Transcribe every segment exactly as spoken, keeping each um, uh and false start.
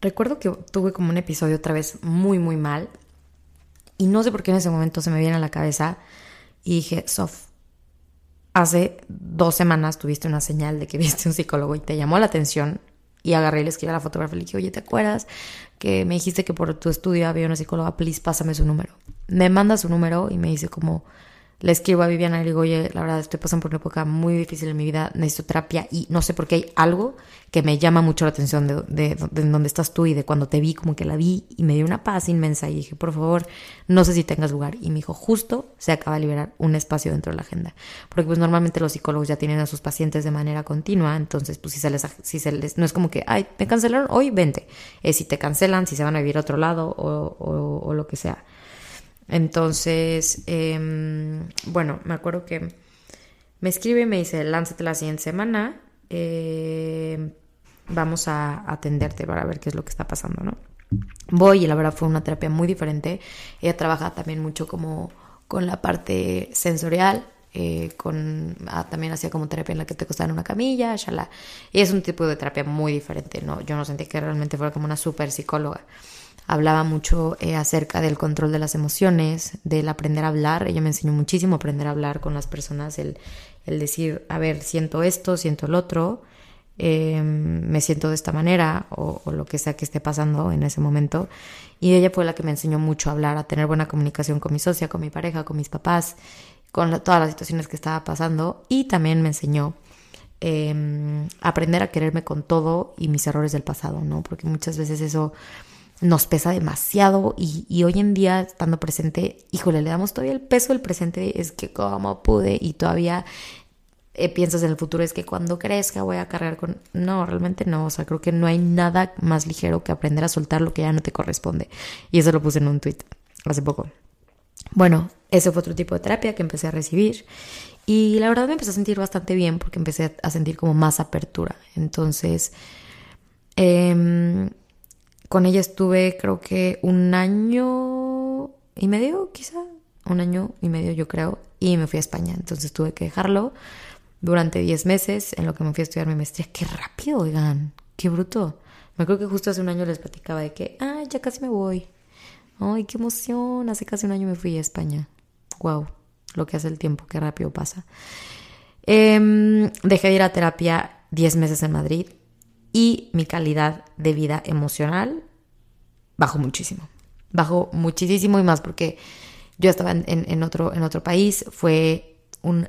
recuerdo que tuve como un episodio otra vez muy, muy mal. Y no sé por qué en ese momento se me viene a la cabeza y dije, Sof, hace dos semanas tuviste una señal de que viste un psicólogo y te llamó la atención. Y agarré y le escribí a la fotógrafa y le dije, oye, ¿te acuerdas que me dijiste que por tu estudio había una psicóloga? Please, pásame su número. Me manda su número y me dice como... Le escribo a Viviana y le digo, oye, la verdad estoy pasando por una época muy difícil en mi vida, necesito terapia y no sé por qué hay algo que me llama mucho la atención de, de, de, de dónde estás tú y de cuando te vi, como que la vi y me dio una paz inmensa y dije, por favor, no sé si tengas lugar. Y me dijo, justo se acaba de liberar un espacio dentro de la agenda. Porque pues normalmente los psicólogos ya tienen a sus pacientes de manera continua, entonces pues si se les, si se les no es como que, ay, me cancelaron hoy, vente. Es si te cancelan, si se van a vivir a otro lado o, o, o lo que sea. Entonces, eh, bueno, me acuerdo que me escribe y me dice, lánzate la siguiente semana, eh, vamos a atenderte para ver qué es lo que está pasando, ¿no? Voy y la verdad fue una terapia muy diferente. Ella trabaja también mucho como con la parte sensorial, eh, con ah, también hacía como terapia en la que te acostaba en una camilla, shala. Y es un tipo de terapia muy diferente, ¿no? Yo no sentí que realmente fuera como una súper psicóloga. Hablaba mucho eh, acerca del control de las emociones, del aprender a hablar. Ella me enseñó muchísimo a aprender a hablar con las personas, el, el decir, a ver, siento esto, siento el otro, eh, me siento de esta manera o, o lo que sea que esté pasando en ese momento. Y ella fue la que me enseñó mucho a hablar, a tener buena comunicación con mi socia, con mi pareja, con mis papás, con la, todas las situaciones que estaba pasando. Y también me enseñó eh, a aprender a quererme con todo y mis errores del pasado, ¿no? Porque muchas veces eso... nos pesa demasiado y, y hoy en día estando presente, híjole, le damos todavía el peso del presente, es que cómo pude y todavía eh, piensas en el futuro, es que cuando crezca voy a cargar con... No, realmente no, o sea, creo que no hay nada más ligero que aprender a soltar lo que ya no te corresponde y eso lo puse en un tweet hace poco. Bueno, ese fue otro tipo de terapia que empecé a recibir y la verdad me empecé a sentir bastante bien porque empecé a sentir como más apertura, entonces... Eh, Con ella estuve creo que un año y medio, quizá, un año y medio yo creo, y me fui a España. Entonces tuve que dejarlo durante diez meses en lo que me fui a estudiar mi maestría. ¡Qué rápido, oigan! ¡Qué bruto! Me acuerdo que justo hace un año les platicaba de que, ¡ay, ya casi me voy! ¡Ay, qué emoción! Hace casi un año me fui a España. ¡Wow! Lo que hace el tiempo, qué rápido pasa. Eh, dejé de ir a terapia diez meses en Madrid. Y mi calidad de vida emocional bajó muchísimo. Bajó muchísimo y más porque yo estaba en, en, en, otro, en otro país. Fue un,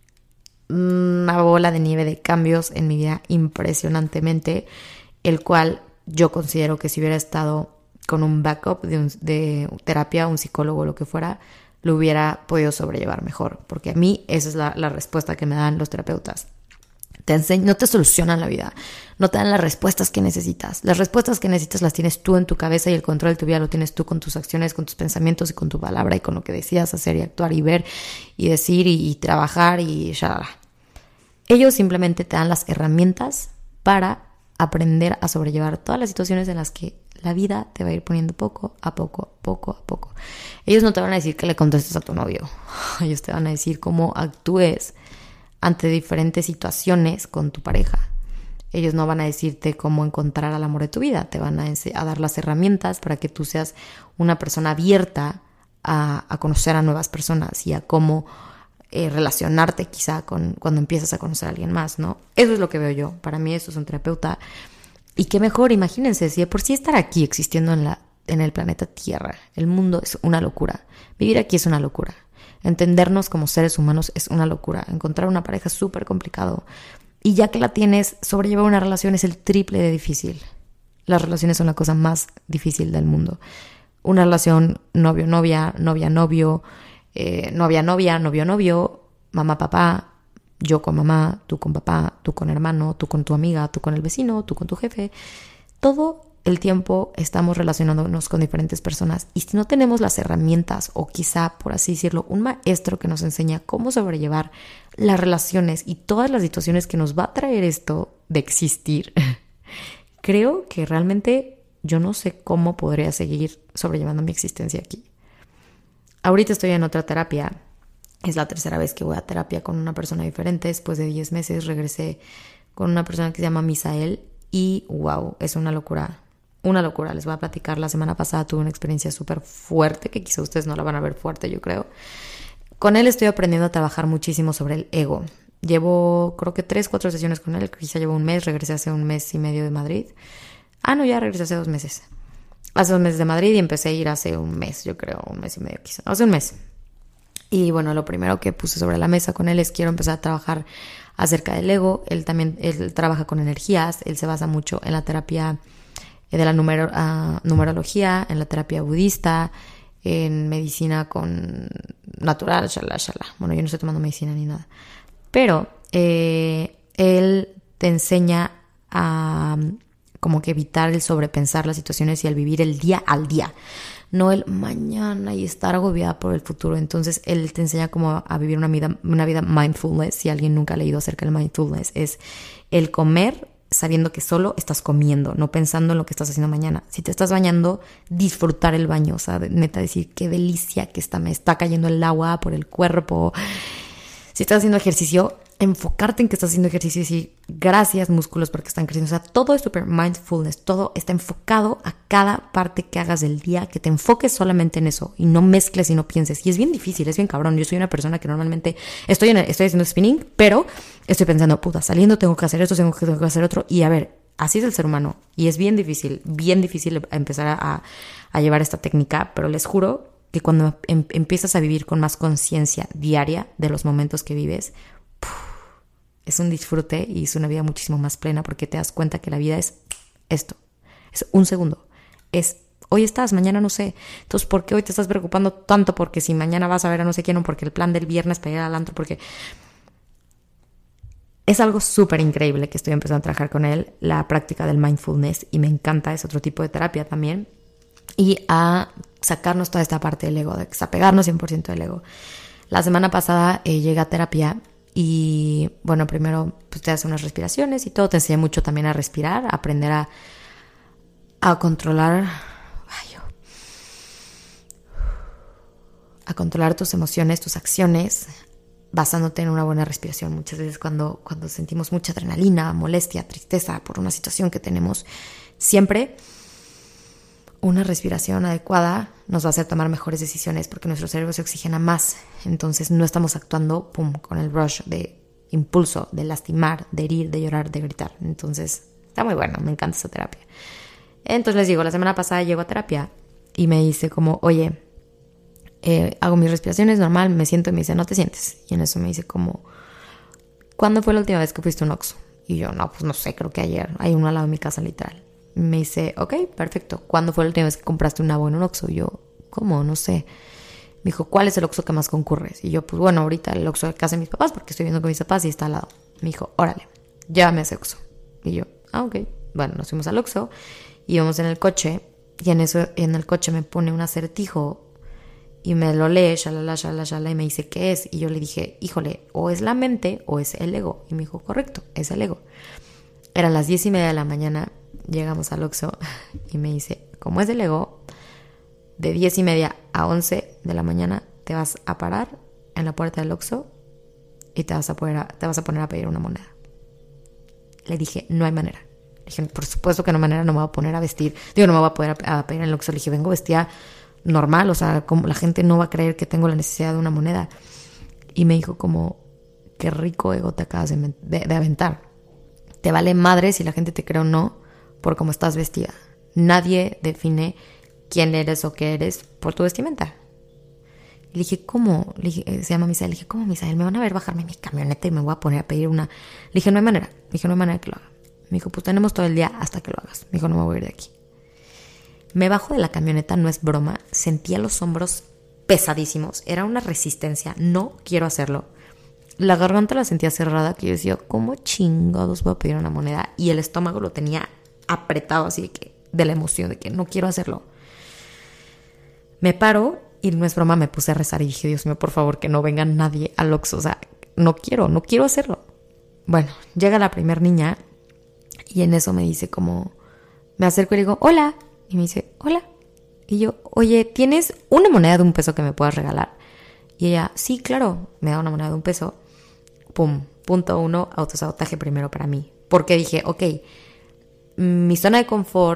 una bola de nieve de cambios en mi vida impresionantemente, el cual yo considero que si hubiera estado con un backup de, un, de terapia, un psicólogo o lo que fuera, lo hubiera podido sobrellevar mejor. Porque a mí esa es la, la respuesta que me dan los terapeutas. Te enseñ- no te solucionan la vida, no te dan las respuestas que necesitas. Las respuestas que necesitas las tienes tú en tu cabeza y el control de tu vida lo tienes tú con tus acciones, con tus pensamientos y con tu palabra y con lo que decidas hacer y actuar y ver y decir y, y trabajar y shalala. Ellos simplemente te dan las herramientas para aprender a sobrellevar todas las situaciones en las que la vida te va a ir poniendo poco a poco, poco a poco. Ellos no te van a decir que le contestes a tu novio, ellos te van a decir cómo actúes ante diferentes situaciones con tu pareja. Ellos no van a decirte cómo encontrar al amor de tu vida, te van a, a dar las herramientas para que tú seas una persona abierta a, a conocer a nuevas personas y a cómo eh, relacionarte quizá con, cuando empiezas a conocer a alguien más, ¿no? Eso es lo que veo yo. Para mí eso es un terapeuta. Y qué mejor, imagínense, si de por sí estar aquí existiendo en, la, en el planeta Tierra, el mundo es una locura. Vivir aquí es una locura. Entendernos como seres humanos es una locura. Encontrar una pareja es súper complicado. Y ya que la tienes, sobrellevar una relación es el triple de difícil. Las relaciones son la cosa más difícil del mundo. Una relación novio-novia, novia-novio, eh, novia-novia, novio-novio, mamá-papá, yo con mamá, tú con papá, tú con hermano, tú con tu amiga, tú con el vecino, tú con tu jefe. Todo el tiempo estamos relacionándonos con diferentes personas y si no tenemos las herramientas o quizá, por así decirlo, un maestro que nos enseña cómo sobrellevar las relaciones y todas las situaciones que nos va a traer esto de existir, creo que realmente yo no sé cómo podría seguir sobrellevando mi existencia aquí. Ahorita estoy en otra terapia. Es la tercera vez que voy a terapia con una persona diferente. Después de diez meses regresé con una persona que se llama Misael y wow, es una locura. una locura. Les voy a platicar. La semana pasada tuve una experiencia súper fuerte, que quizá ustedes no la van a ver fuerte, yo creo. Con él estoy aprendiendo a trabajar muchísimo sobre el ego. Llevo, creo que tres, cuatro sesiones con él. Quizá llevo un mes. Regresé hace un mes y medio de Madrid. Ah, no, ya regresé hace dos meses. Hace dos meses de Madrid y empecé a ir hace un mes, yo creo. Un mes y medio quizá. Hace un mes. Y bueno, lo primero que puse sobre la mesa con él es quiero empezar a trabajar acerca del ego. Él también él trabaja con energías. Él se basa mucho en la terapia de la numero, uh, numerología, en la terapia budista, en medicina con natural, shala, shala. Bueno, yo no estoy tomando medicina ni nada. Pero eh, él te enseña a como que evitar el sobrepensar las situaciones y el vivir el día al día. No el mañana y estar agobiada por el futuro. Entonces, él te enseña como a vivir una vida, una vida mindfulness. Si alguien nunca ha leído acerca del mindfulness, es el comer sabiendo que solo estás comiendo, no pensando en lo que estás haciendo mañana. Si te estás bañando, disfrutar el baño. O sea, neta decir, qué delicia que está, me está cayendo el agua por el cuerpo. Si estás haciendo ejercicio, enfocarte en que estás haciendo ejercicio y decir, gracias músculos porque están creciendo. O sea, todo es super mindfulness, todo está enfocado a cada parte que hagas del día, que te enfoques solamente en eso y no mezcles y no pienses. Y es bien difícil, es bien cabrón. Yo soy una persona que normalmente estoy, en el, estoy haciendo spinning, pero estoy pensando, puta, saliendo tengo que hacer esto, tengo que, tengo que hacer otro. Y a ver, así es el ser humano. Y es bien difícil, bien difícil empezar a, a llevar esta técnica, pero les juro que cuando em, empiezas a vivir con más conciencia diaria de los momentos que vives, es un disfrute y es una vida muchísimo más plena porque te das cuenta que la vida es esto, es un segundo, es hoy estás, mañana no sé. Entonces, ¿por qué hoy te estás preocupando tanto? Porque si mañana vas a ver a no sé quién o porque el plan del viernes para ir al antro, porque es algo súper increíble que estoy empezando a trabajar con él, la práctica del mindfulness, y me encanta, es otro tipo de terapia también, y a sacarnos toda esta parte del ego, de desapegarnos cien por ciento del ego. La semana pasada eh, llegué a terapia. Y bueno, primero pues te hace unas respiraciones y todo. Te enseña mucho también a respirar, a aprender a, a controlar, ay, yo, a controlar tus emociones, tus acciones, basándote en una buena respiración. Muchas veces cuando, cuando sentimos mucha adrenalina, molestia, tristeza por una situación que tenemos, siempre una respiración adecuada nos va a hacer tomar mejores decisiones porque nuestro cerebro se oxigena más. Entonces no estamos actuando pum, con el rush de impulso, de lastimar, de herir, de llorar, de gritar. Entonces está muy bueno, me encanta esa terapia. Entonces les digo, la semana pasada llego a terapia y me dice como, oye, eh, hago mis respiraciones normal, me siento y me dice, no te sientes. Y en eso me dice como, ¿cuándo fue la última vez que fuiste a un Oxxo? Y yo, no, pues no sé, creo que ayer. Hay uno al lado de mi casa literal. Me dice, ok, perfecto. ¿Cuándo fue la última vez que compraste un nabo en un Oxxo? Y yo, ¿cómo? No sé. Me dijo, ¿cuál es el Oxxo que más concurres? Y yo, pues bueno, ahorita el Oxxo de casa de mis papás, porque estoy viendo con mis papás y está al lado. Me dijo, órale, llévame a ese Oxxo. Y yo, ah, ok. Bueno, nos fuimos al Oxxo, íbamos en el coche, y en eso, en el coche me pone un acertijo, y me lo lee, shalala, shalala, shalala, y me dice, ¿qué es? Y yo le dije, híjole, o es la mente o es el ego. Y me dijo, correcto, es el ego. Eran las diez y media de la mañana. Llegamos al Oxxo y me dice, como es del ego, de diez y media a once de la mañana te vas a parar en la puerta del Oxxo y te vas a poner a, te vas a poner a pedir una moneda. Le dije, no hay manera. Le dije, por supuesto que no hay manera, no me voy a poner a vestir. Digo, no me voy a poder a, a pedir en el Oxxo. Le dije, vengo vestida normal, o sea, como la gente no va a creer que tengo la necesidad de una moneda. Y me dijo como, qué rico ego te acabas de, de, de aventar. Te vale madre si la gente te cree o no por cómo estás vestida. Nadie define quién eres o qué eres por tu vestimenta. Le dije, ¿cómo? Le dije, se llama Misael. Le dije, ¿cómo, Misael? Me van a ver bajarme mi camioneta y me voy a poner a pedir una. Le dije, no hay manera. Le dije, no hay manera que lo haga. Me dijo, pues tenemos todo el día hasta que lo hagas. Me dijo, no me voy a ir de aquí. Me bajo de la camioneta, no es broma. Sentía los hombros pesadísimos. Era una resistencia. No quiero hacerlo. La garganta la sentía cerrada, que yo decía, ¿cómo chingados voy a pedir una moneda? Y el estómago lo tenía apretado así de que, de la emoción, de que no quiero hacerlo. Me paro y no es broma, me puse a rezar y dije, Dios mío, por favor, que no venga nadie al Oxxo. O sea, no quiero, no quiero hacerlo. Bueno, llega la primer niña y en eso me dice como, me acerco y le digo, hola. Y me dice, hola. Y yo, oye, ¿tienes una moneda de un peso que me puedas regalar? Y ella, sí, claro, me da una moneda de un peso. Pum, punto uno, autosabotaje primero para mí. Porque dije, ok, mi zona de confort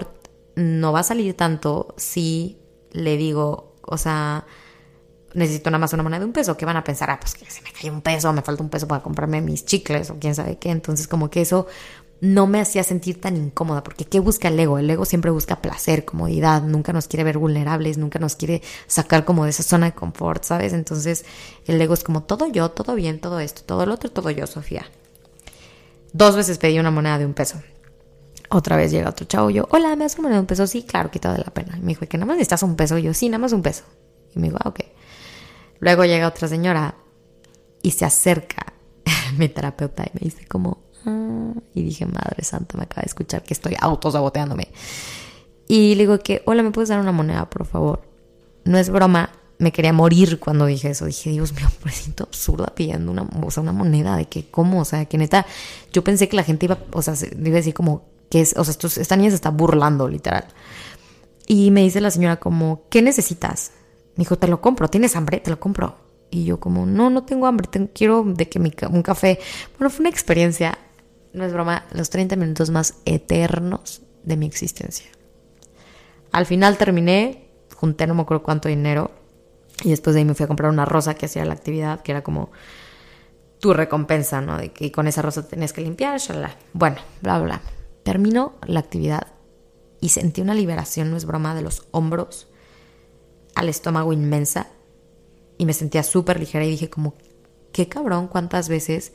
no va a salir tanto si le digo, o sea, necesito nada más una moneda de un peso. ¿Qué van a pensar? Ah, pues que se me cayó un peso, me falta un peso para comprarme mis chicles o quién sabe qué. Entonces como que eso no me hacía sentir tan incómoda, porque ¿qué busca el ego? El ego siempre busca placer, comodidad, nunca nos quiere ver vulnerables, nunca nos quiere sacar como de esa zona de confort, ¿sabes? Entonces el ego es como todo yo, todo bien, todo esto, todo lo otro, todo yo, Sofía. Dos veces pedí una moneda de un peso. Otra vez llega otro chavo y yo, hola, ¿me das una moneda de un peso? Sí, claro, quita de la pena. Y me dijo, ¿que nada más necesitas un peso? Y yo, sí, nada más un peso. Y me dijo, ah, ok. Luego llega otra señora y se acerca mi terapeuta y me dice como, ah, y dije, madre santa, me acaba de escuchar que estoy autosaboteándome. Y le digo que, hola, ¿me puedes dar una moneda, por favor? No es broma, me quería morir cuando dije eso. Dije, Dios mío, me siento absurda pidiendo una, o sea, una moneda, de que, ¿cómo? O sea, que neta, yo pensé que la gente iba, o sea, iba a decir como, que es, o sea, estos, esta niña se está burlando, literal. Y me dice la señora como, ¿qué necesitas? Me dijo, te lo compro, ¿tienes hambre? Te lo compro. Y yo como, no, no tengo hambre, tengo, quiero de que mi, un café. Bueno, fue una experiencia, no es broma, los treinta minutos más eternos de mi existencia. Al final terminé, junté no me acuerdo cuánto dinero, y después de ahí me fui a comprar una rosa que hacía la actividad, que era como tu recompensa, ¿no? De que con esa rosa tenías que limpiar, shalala. Bueno, bla, bla, bla. Terminó la actividad y sentí una liberación, no es broma, de los hombros al estómago inmensa, y me sentía súper ligera y dije como, qué cabrón cuántas veces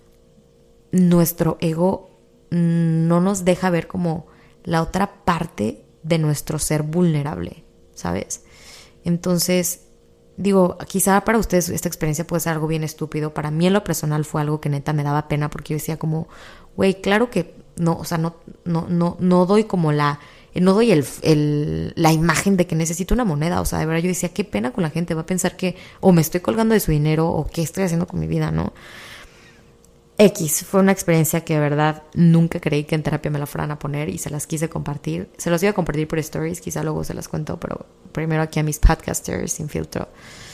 nuestro ego no nos deja ver como la otra parte de nuestro ser vulnerable, ¿sabes? Entonces, digo, quizá para ustedes esta experiencia puede ser algo bien estúpido. Para mí en lo personal fue algo que neta me daba pena, porque yo decía como, güey, claro que no, o sea, no, no, no, no doy como la... no doy el, el, la imagen de que necesito una moneda. O sea, de verdad yo decía, qué pena con la gente, va a pensar que o me estoy colgando de su dinero o qué estoy haciendo con mi vida, ¿no? X, fue una experiencia que de verdad nunca creí que en terapia me la fueran a poner y se las quise compartir. Se los iba a compartir por stories, quizá luego se las cuento, pero primero aquí a mis podcasters sin filtro.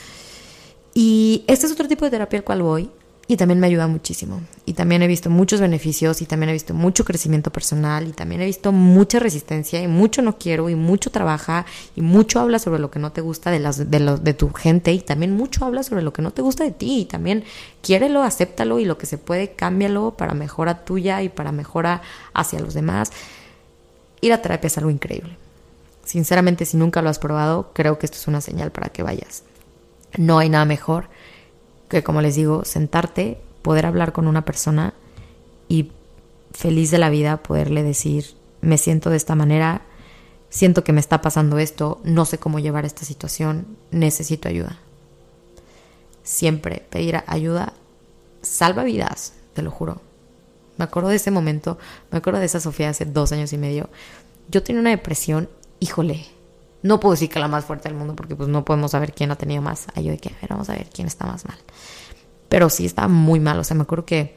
Y este es otro tipo de terapia al cual voy y también me ayuda muchísimo. Y también he visto muchos beneficios y también he visto mucho crecimiento personal y también he visto mucha resistencia y mucho no quiero y mucho trabaja y mucho habla sobre lo que no te gusta de, las, de, lo, de tu gente y también mucho habla sobre lo que no te gusta de ti y también quiérelo, acéptalo y lo que se puede cámbialo para mejora tuya y para mejora hacia los demás. Ir a terapia es algo increíble. Sinceramente, si nunca lo has probado, creo que esto es una señal para que vayas. No hay nada mejor que, como les digo, sentarte, poder hablar con una persona y feliz de la vida poderle decir, me siento de esta manera, siento que me está pasando esto, no sé cómo llevar esta situación, necesito ayuda. Siempre pedir ayuda salva vidas, te lo juro. Me acuerdo de ese momento, me acuerdo de esa Sofía hace dos años y medio. Yo tenía una depresión, híjole, no puedo decir que la más fuerte del mundo porque pues no podemos saber quién ha tenido más. Ay, yo de que, a ver, vamos a ver quién está más mal. Pero sí, estaba muy mal. O sea, me acuerdo que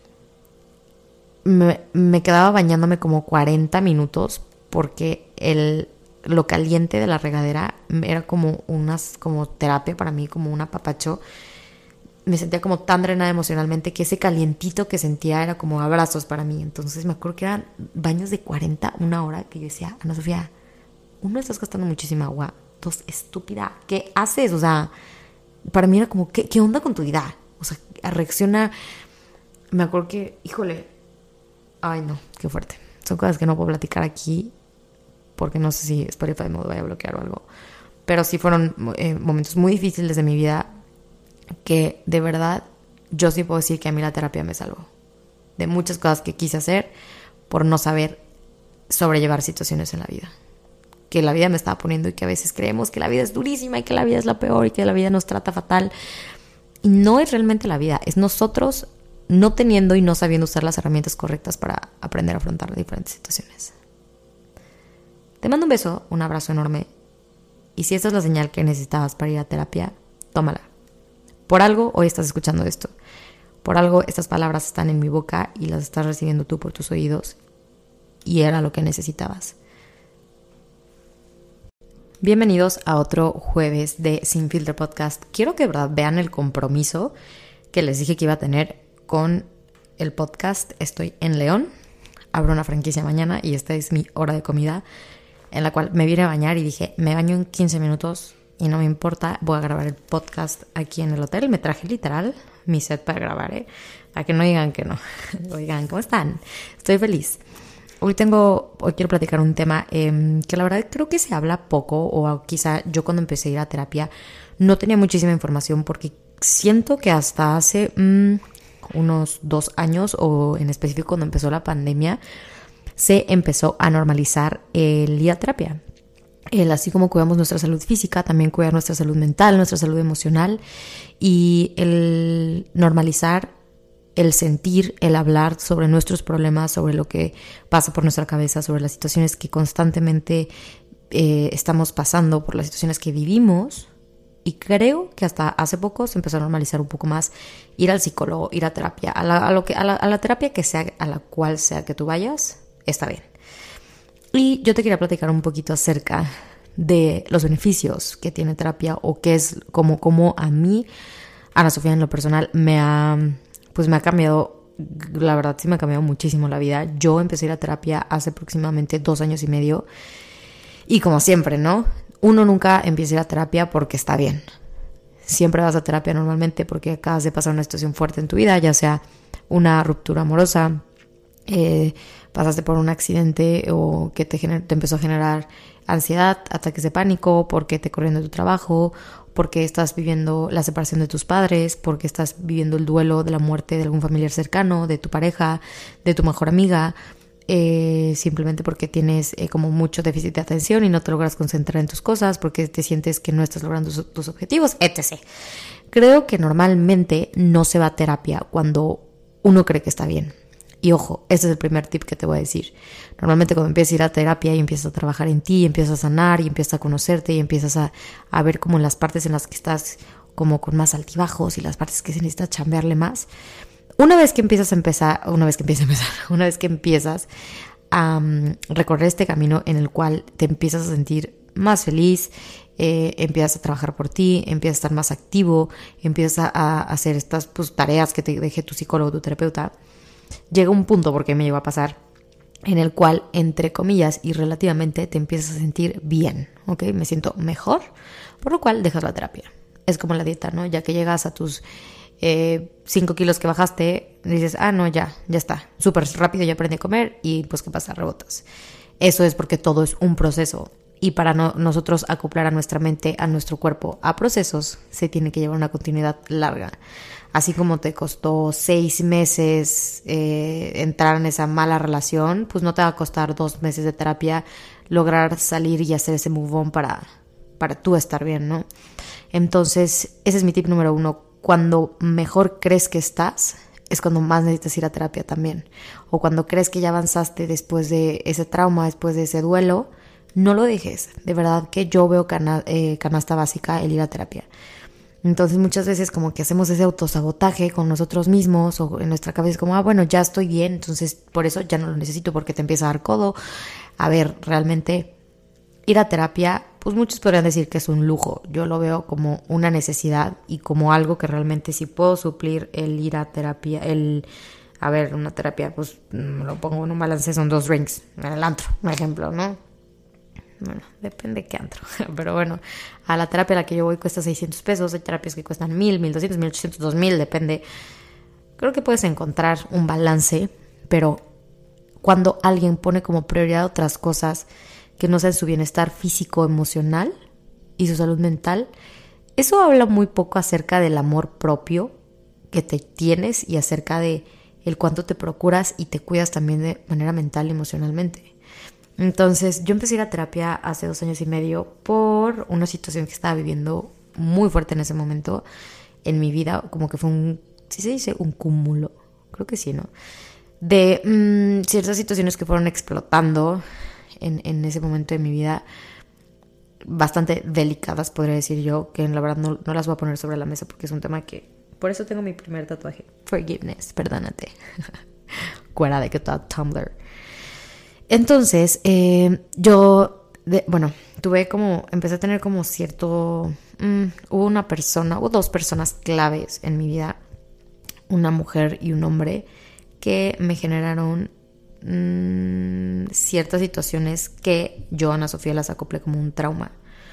me, me quedaba bañándome como cuarenta minutos porque el, lo caliente de la regadera era como unas, como terapia para mí, como un apapacho. Me sentía como tan drenada emocionalmente que ese calientito que sentía era como abrazos para mí. Entonces me acuerdo que eran baños de cuarenta, una hora, que yo decía, Ana Sofía, uno, estás gastando muchísima agua. Dos, estúpida, ¿qué haces? O sea, para mí era como, ¿qué, qué onda con tu vida? O sea, reacciona. Me acuerdo que, híjole, ay no, qué fuerte. Son cosas que no puedo platicar aquí porque no sé si Spotify me vaya a bloquear o algo. Pero sí fueron eh, momentos muy difíciles de mi vida que de verdad yo sí puedo decir que a mí la terapia me salvó de muchas cosas que quise hacer por no saber sobrellevar situaciones en la vida. Que la vida me estaba poniendo y que a veces creemos que la vida es durísima y que la vida es la peor y que la vida nos trata fatal. Y no es realmente la vida, es nosotros no teniendo y no sabiendo usar las herramientas correctas para aprender a afrontar diferentes situaciones. Te mando un beso, un abrazo enorme. Y si esta es la señal que necesitabas para ir a terapia, tómala. Por algo hoy estás escuchando esto. Por algo estas palabras están en mi boca y las estás recibiendo tú por tus oídos. Y era lo que necesitabas. Bienvenidos a otro jueves de Sin Filtro Podcast. Quiero que de verdad vean el compromiso que les dije que iba a tener con el podcast. Estoy en León, abro una franquicia mañana y esta es mi hora de comida. en la cual me vine a bañar y dije, me baño en quince minutos y no me importa, voy a grabar el podcast aquí en el hotel. Me traje literal mi set para grabar, ¿eh? Para que no digan que no. Oigan, ¿cómo están? Estoy feliz. Hoy tengo, hoy quiero platicar un tema eh, que la verdad creo que se habla poco, o quizá yo cuando empecé a ir a terapia no tenía muchísima información, porque siento que hasta hace mmm, unos dos años, o en específico cuando empezó la pandemia, se empezó a normalizar el ir a terapia. El, así como cuidamos nuestra salud física, también cuidar nuestra salud mental, nuestra salud emocional, y el normalizar el sentir, el hablar sobre nuestros problemas, sobre lo que pasa por nuestra cabeza, sobre las situaciones que constantemente eh, estamos pasando, por las situaciones que vivimos. Y creo que hasta hace poco se empezó a normalizar un poco más ir al psicólogo, ir a terapia, a la, a lo que, a la, a la terapia que sea, a la cual sea que tú vayas, está bien. Y yo te quería platicar un poquito acerca de los beneficios que tiene terapia, o qué es, como, como a mí, Ana Sofía en lo personal, me ha, pues me ha cambiado, la verdad sí me ha cambiado muchísimo la vida. Yo empecé a ir a terapia hace aproximadamente dos años y medio, y como siempre, ¿no? Uno nunca empieza a ir a terapia porque está bien. Siempre vas a terapia normalmente porque acabas de pasar una situación fuerte en tu vida, ya sea una ruptura amorosa, eh, pasaste por un accidente o que te, gener- te empezó a generar ansiedad, ataques de pánico, porque te corrieron de tu trabajo, porque estás viviendo la separación de tus padres, porque estás viviendo el duelo de la muerte de algún familiar cercano, de tu pareja, de tu mejor amiga, eh, simplemente porque tienes eh, como mucho déficit de atención y no te logras concentrar en tus cosas, porque te sientes que no estás logrando tus, tus objetivos, etcétera. Creo que normalmente no se va a terapia cuando uno cree que está bien. Y ojo, este es el primer tip que te voy a decir. Normalmente cuando empiezas a ir a terapia y empiezas a trabajar en ti, y empiezas a sanar y empiezas a conocerte y empiezas a, a ver como las partes en las que estás como con más altibajos y las partes que se necesita chambearle más. Una vez que empiezas a empezar, una vez que empiezas a empezar, una vez que empiezas a um, recorrer este camino en el cual te empiezas a sentir más feliz, eh, empiezas a trabajar por ti, empiezas a estar más activo, empiezas a, a hacer estas pues, tareas que te deje tu psicólogo, tu terapeuta, llega un punto, porque me llegó a pasar, en el cual, entre comillas y relativamente, te empiezas a sentir bien, ¿ok? Me siento mejor, por lo cual dejas la terapia. Es como la dieta, ¿no? Ya que llegas a tus cinco eh, kilos que bajaste, dices, ah, no, ya, ya está, súper rápido, ya aprendí a comer y pues, ¿qué pasa? Rebotas. Eso es porque todo es un proceso. Y para no, nosotros acoplar a nuestra mente, a nuestro cuerpo, a procesos, se tiene que llevar una continuidad larga. Así como te costó seis meses eh, entrar en esa mala relación, pues no te va a costar dos meses de terapia lograr salir y hacer ese move on para, para tú estar bien, ¿no? Entonces, ese es mi tip número uno. Cuando mejor crees que estás, es cuando más necesitas ir a terapia también. O cuando crees que ya avanzaste después de ese trauma, después de ese duelo, no lo dejes. De verdad que yo veo cana- eh, canasta básica el ir a terapia. Entonces muchas veces como que hacemos ese autosabotaje con nosotros mismos, o en nuestra cabeza como, ah, bueno, ya estoy bien, entonces por eso ya no lo necesito, porque te empieza a dar codo. A ver, realmente ir a terapia, pues muchos podrían decir que es un lujo. Yo lo veo como una necesidad y como algo que realmente si puedo suplir el ir a terapia, el, a ver, una terapia, pues lo pongo en un balance, son dos drinks en el antro, por ejemplo, ¿no? Bueno, depende de qué antro, pero bueno, a la terapia a la que yo voy cuesta seiscientos pesos, hay terapias que cuestan mil, mil doscientos, mil ochocientos, dos mil, depende. Creo que puedes encontrar un balance, pero cuando alguien pone como prioridad otras cosas que no sean su bienestar físico, emocional y su salud mental, eso habla muy poco acerca del amor propio que te tienes y acerca de el cuánto te procuras y te cuidas también de manera mental y emocionalmente. Entonces yo empecé a ir a terapia hace dos años y medio por una situación que estaba viviendo muy fuerte en ese momento en mi vida, como que fue un, ¿sí se dice? Un cúmulo, creo que sí, ¿no? De mmm, ciertas situaciones que fueron explotando en, en ese momento de mi vida, bastante delicadas, podría decir yo, que la verdad no, no las voy a poner sobre la mesa porque es un tema que, por eso tengo mi primer tatuaje, forgiveness, perdónate, fuera de que todo Tumblr. Entonces, eh, yo, de, bueno, tuve como, empecé a tener como cierto, um, hubo una persona, hubo dos personas claves en mi vida, una mujer y un hombre, que me generaron mmm, ciertas situaciones que yo, Ana Sofía, las acoplé como un trauma.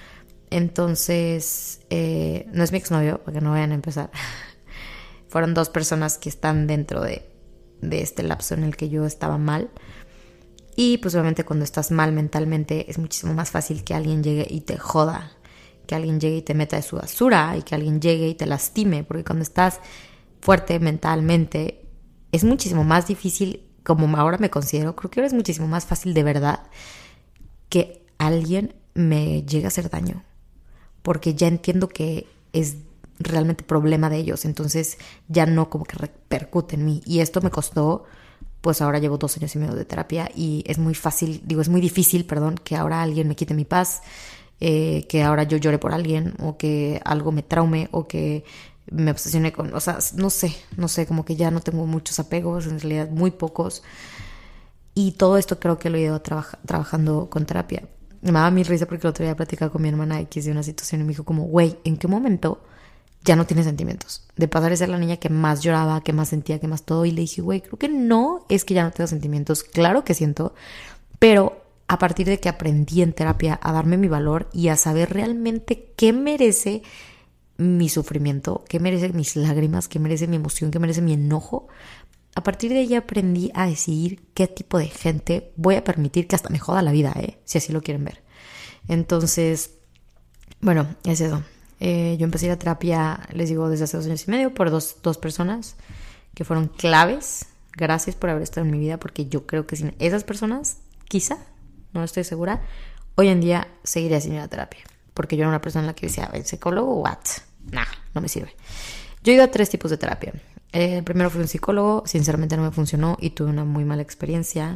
Entonces, eh, no es mi exnovio, para que no vayan a empezar. Fueron dos personas que están dentro de, de este lapso en el que yo estaba mal. Y pues obviamente cuando estás mal mentalmente es muchísimo más fácil que alguien llegue y te joda, que alguien llegue y te meta de su basura y que alguien llegue y te lastime, porque cuando estás fuerte mentalmente es muchísimo más difícil, como ahora me considero, creo que ahora es muchísimo más fácil de verdad que alguien me llegue a hacer daño, porque ya entiendo que es realmente problema de ellos, entonces ya no como que repercute en mí. Y esto me costó, pues ahora llevo dos años y medio de terapia y es muy fácil, digo, es muy difícil, perdón, que ahora alguien me quite mi paz, eh, que ahora yo llore por alguien o que algo me traume o que me obsesione con, o sea, no sé, no sé, como que ya no tengo muchos apegos, en realidad muy pocos. Y todo esto creo que lo he ido trabaja, trabajando con terapia. Me daba mi risa porque el otro día platicaba con mi hermana X de una situación y me dijo como, güey, ¿en qué momento ya no tienes sentimientos? De pasar de ser la niña que más lloraba, que más sentía, que más todo. Y le dije, güey, creo que no es que ya no tengo sentimientos. Claro que siento, pero a partir de que aprendí en terapia a darme mi valor y a saber realmente qué merece mi sufrimiento, qué merece mis lágrimas, qué merece mi emoción, qué merece mi enojo, a partir de ahí aprendí a decidir qué tipo de gente voy a permitir que hasta me joda la vida, ¿eh? Si así lo quieren ver. Entonces, bueno, es eso. Eh, yo empecé a ir a terapia, les digo, desde hace dos años y medio por dos, dos personas que fueron claves. Gracias por haber estado en mi vida, porque yo creo que sin esas personas, quizá, no estoy segura, hoy en día seguiría sin ir a terapia. Porque yo era una persona en la que decía, ¿el psicólogo? ¿What? Nah, no me sirve. Yo he ido a tres tipos de terapia. Eh, el primero fue un psicólogo, sinceramente no me funcionó y tuve una muy mala experiencia.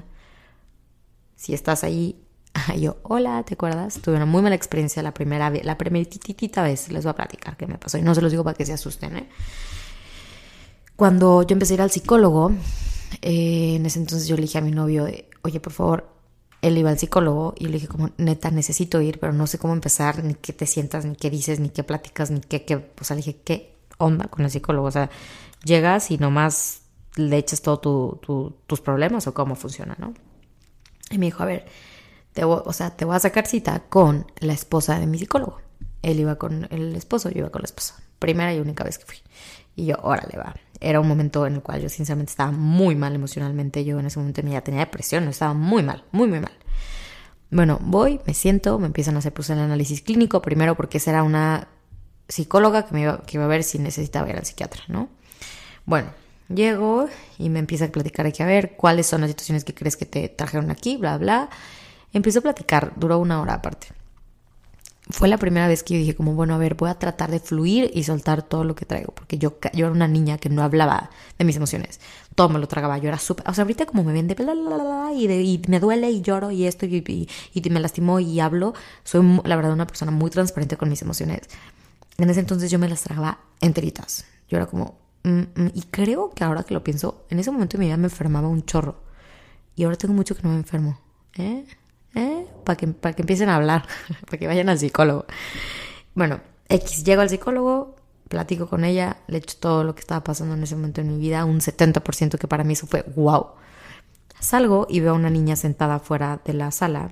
Si estás ahí, yo, hola, ¿te acuerdas? Tuve una muy mala experiencia la primera vez, la primeritita vez, les voy a platicar qué me pasó y no se los digo para que se asusten, ¿eh? Cuando yo empecé a ir al psicólogo, eh, en ese entonces yo le dije a mi novio, de, oye, por favor, él iba al psicólogo y yo le dije como, neta, necesito ir, pero no sé cómo empezar, ni qué te sientas, ni qué dices, ni qué platicas, ni qué, qué, o sea, le dije, ¿qué onda con el psicólogo? O sea, llegas y nomás le echas todos tu, tu, tus problemas o cómo funciona, ¿no? Y me dijo, a ver, te voy, o sea, te voy a sacar cita con la esposa de mi psicólogo. Él iba con el esposo, yo iba con la esposa. Primera y única vez que fui. Y yo, órale, va. Era un momento en el cual yo sinceramente estaba muy mal emocionalmente. Yo en ese momento ya tenía depresión, estaba muy mal, muy, muy mal. Bueno, voy, me siento, me empiezan a hacer pues el análisis clínico, primero porque esa era una psicóloga que me iba, que iba a ver si necesitaba ir al psiquiatra, ¿no? Bueno, llego y me empieza a platicar aquí a ver cuáles son las situaciones que crees que te trajeron aquí, bla, bla. Empiezo a platicar, duró una hora aparte. Fue la primera vez que yo dije como, bueno, a ver, voy a tratar de fluir y soltar todo lo que traigo, porque yo, yo era una niña que no hablaba de mis emociones, todo me lo tragaba, yo era súper, o sea, ahorita como me ven de bla, bla, bla, bla, y, de, y me duele y lloro y esto y, y, y me lastimó y hablo, soy la verdad una persona muy transparente con mis emociones. En ese entonces yo me las tragaba enteritas, yo era como, mm, mm, y creo que ahora que lo pienso, en ese momento de mi vida me enfermaba un chorro, y ahora tengo mucho que no me enfermo, ¿eh? ¿Eh? Para que, para que empiecen a hablar, para que vayan al psicólogo. Bueno, X, llego al psicólogo, platico con ella, le echo todo lo que estaba pasando en ese momento en mi vida, un setenta por ciento que para mí eso fue wow. Salgo y veo a una niña sentada fuera de la sala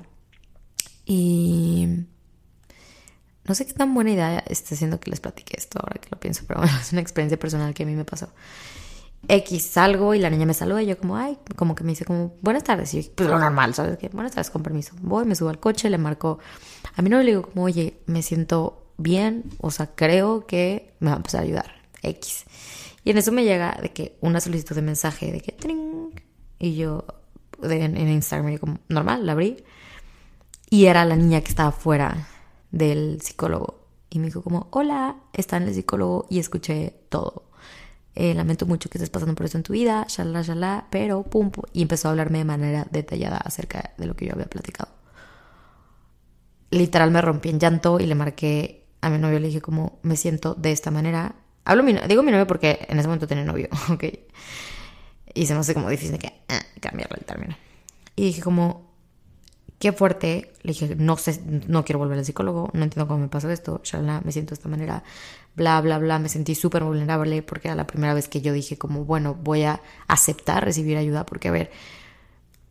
y no sé qué tan buena idea esté haciendo que les platique esto ahora que lo pienso, pero bueno, es una experiencia personal que a mí me pasó. X, salgo y la niña me saluda y yo como, ay, como que me dice como, buenas tardes. Y yo, pues lo normal, ¿sabes qué? Buenas tardes, con permiso. Voy, me subo al coche, le marco a mi novio y le digo como, oye, me siento bien, o sea, creo que me va a empezar a ayudar. X. Y en eso me llega de que una solicitud de mensaje de que, ¡tring! Y yo, de, en, en Instagram, yo como, normal, la abrí. Y era la niña que estaba fuera del psicólogo. Y me dijo como, hola, está en el psicólogo y escuché todo. Eh, lamento mucho que estés pasando por eso en tu vida, shalala, shalala, pero pum, pum, y empezó a hablarme de manera detallada acerca de lo que yo había platicado. Literal me rompí en llanto y le marqué a mi novio, le dije como, me siento de esta manera. Hablo mi, digo mi novio porque en ese momento tenía novio, ok. Y se me hace como difícil que eh, cambiarle el término. Y dije como, qué fuerte. Le dije, no sé, no quiero volver al psicólogo, no entiendo cómo me pasó esto, shalala, me siento de esta manera. Bla, bla, bla, me sentí súper vulnerable porque era la primera vez que yo dije como, bueno, voy a aceptar recibir ayuda porque, a ver,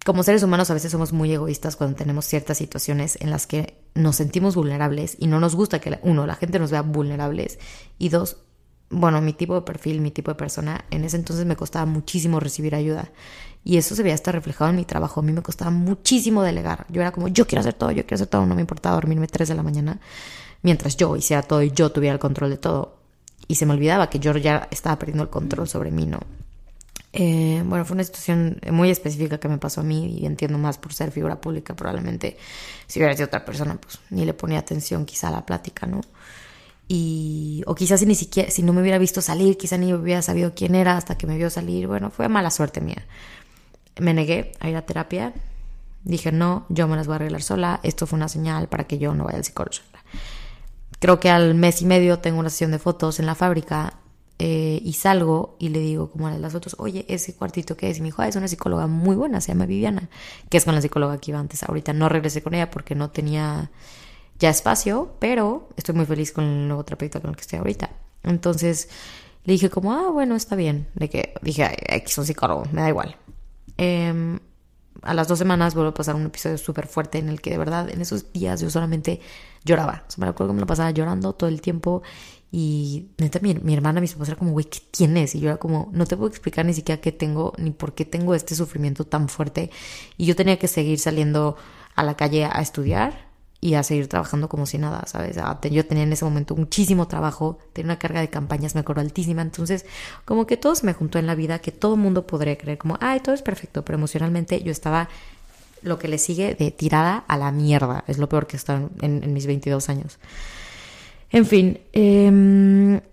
como seres humanos a veces somos muy egoístas cuando tenemos ciertas situaciones en las que nos sentimos vulnerables y no nos gusta que, uno, la gente nos vea vulnerables y dos, bueno, mi tipo de perfil, mi tipo de persona, en ese entonces me costaba muchísimo recibir ayuda y eso se veía hasta reflejado en mi trabajo. A mí me costaba muchísimo delegar. Yo era como, yo quiero hacer todo, yo quiero hacer todo, no me importaba dormirme tres de la mañana mientras yo hiciera todo y yo tuviera el control de todo. Y se me olvidaba que yo ya estaba perdiendo el control sobre mí, ¿no? Eh, bueno, fue una situación muy específica que me pasó a mí y entiendo más por ser figura pública. Probablemente si hubiera sido otra persona, pues ni le ponía atención quizá a la plática, ¿no? Y, o quizás si ni siquiera, si no me hubiera visto salir, quizá ni hubiera sabido quién era hasta que me vio salir. Bueno, fue mala suerte mía. Me negué a ir a terapia. Dije, no, yo me las voy a arreglar sola. Esto fue una señal para que yo no vaya al psicólogo sola. Creo que al mes y medio tengo una sesión de fotos en la fábrica. Eh, y salgo y le digo como a las fotos, oye, ¿ese cuartito qué es? Y me dijo, ah, es una psicóloga muy buena, se llama Viviana, que es con la psicóloga que iba antes. Ahorita no regresé con ella porque no tenía ya espacio, pero estoy muy feliz con el nuevo terapeuta con el que estoy ahorita. Entonces le dije como, ah, bueno, está bien. De que dije, ay, es un psicólogo, me da igual. Eh, a las dos semanas vuelvo a pasar un episodio súper fuerte en el que de verdad en esos días yo solamente lloraba. O sea, me acuerdo que me lo pasaba llorando todo el tiempo. Y neta, mi, mi hermana, mi esposa era como, güey, ¿qué tienes? Y yo era como, no te puedo explicar ni siquiera qué tengo, ni por qué tengo este sufrimiento tan fuerte. Y yo tenía que seguir saliendo a la calle a estudiar y a seguir trabajando como si nada, ¿sabes? Yo tenía en ese momento muchísimo trabajo, tenía una carga de campañas, me acuerdo, altísima. Entonces, como que todo se me juntó en la vida, que todo el mundo podría creer como, ay, todo es perfecto. Pero emocionalmente yo estaba, lo que le sigue, de tirada a la mierda. Es lo peor que he estado en, en mis veintidós años. En fin, eh,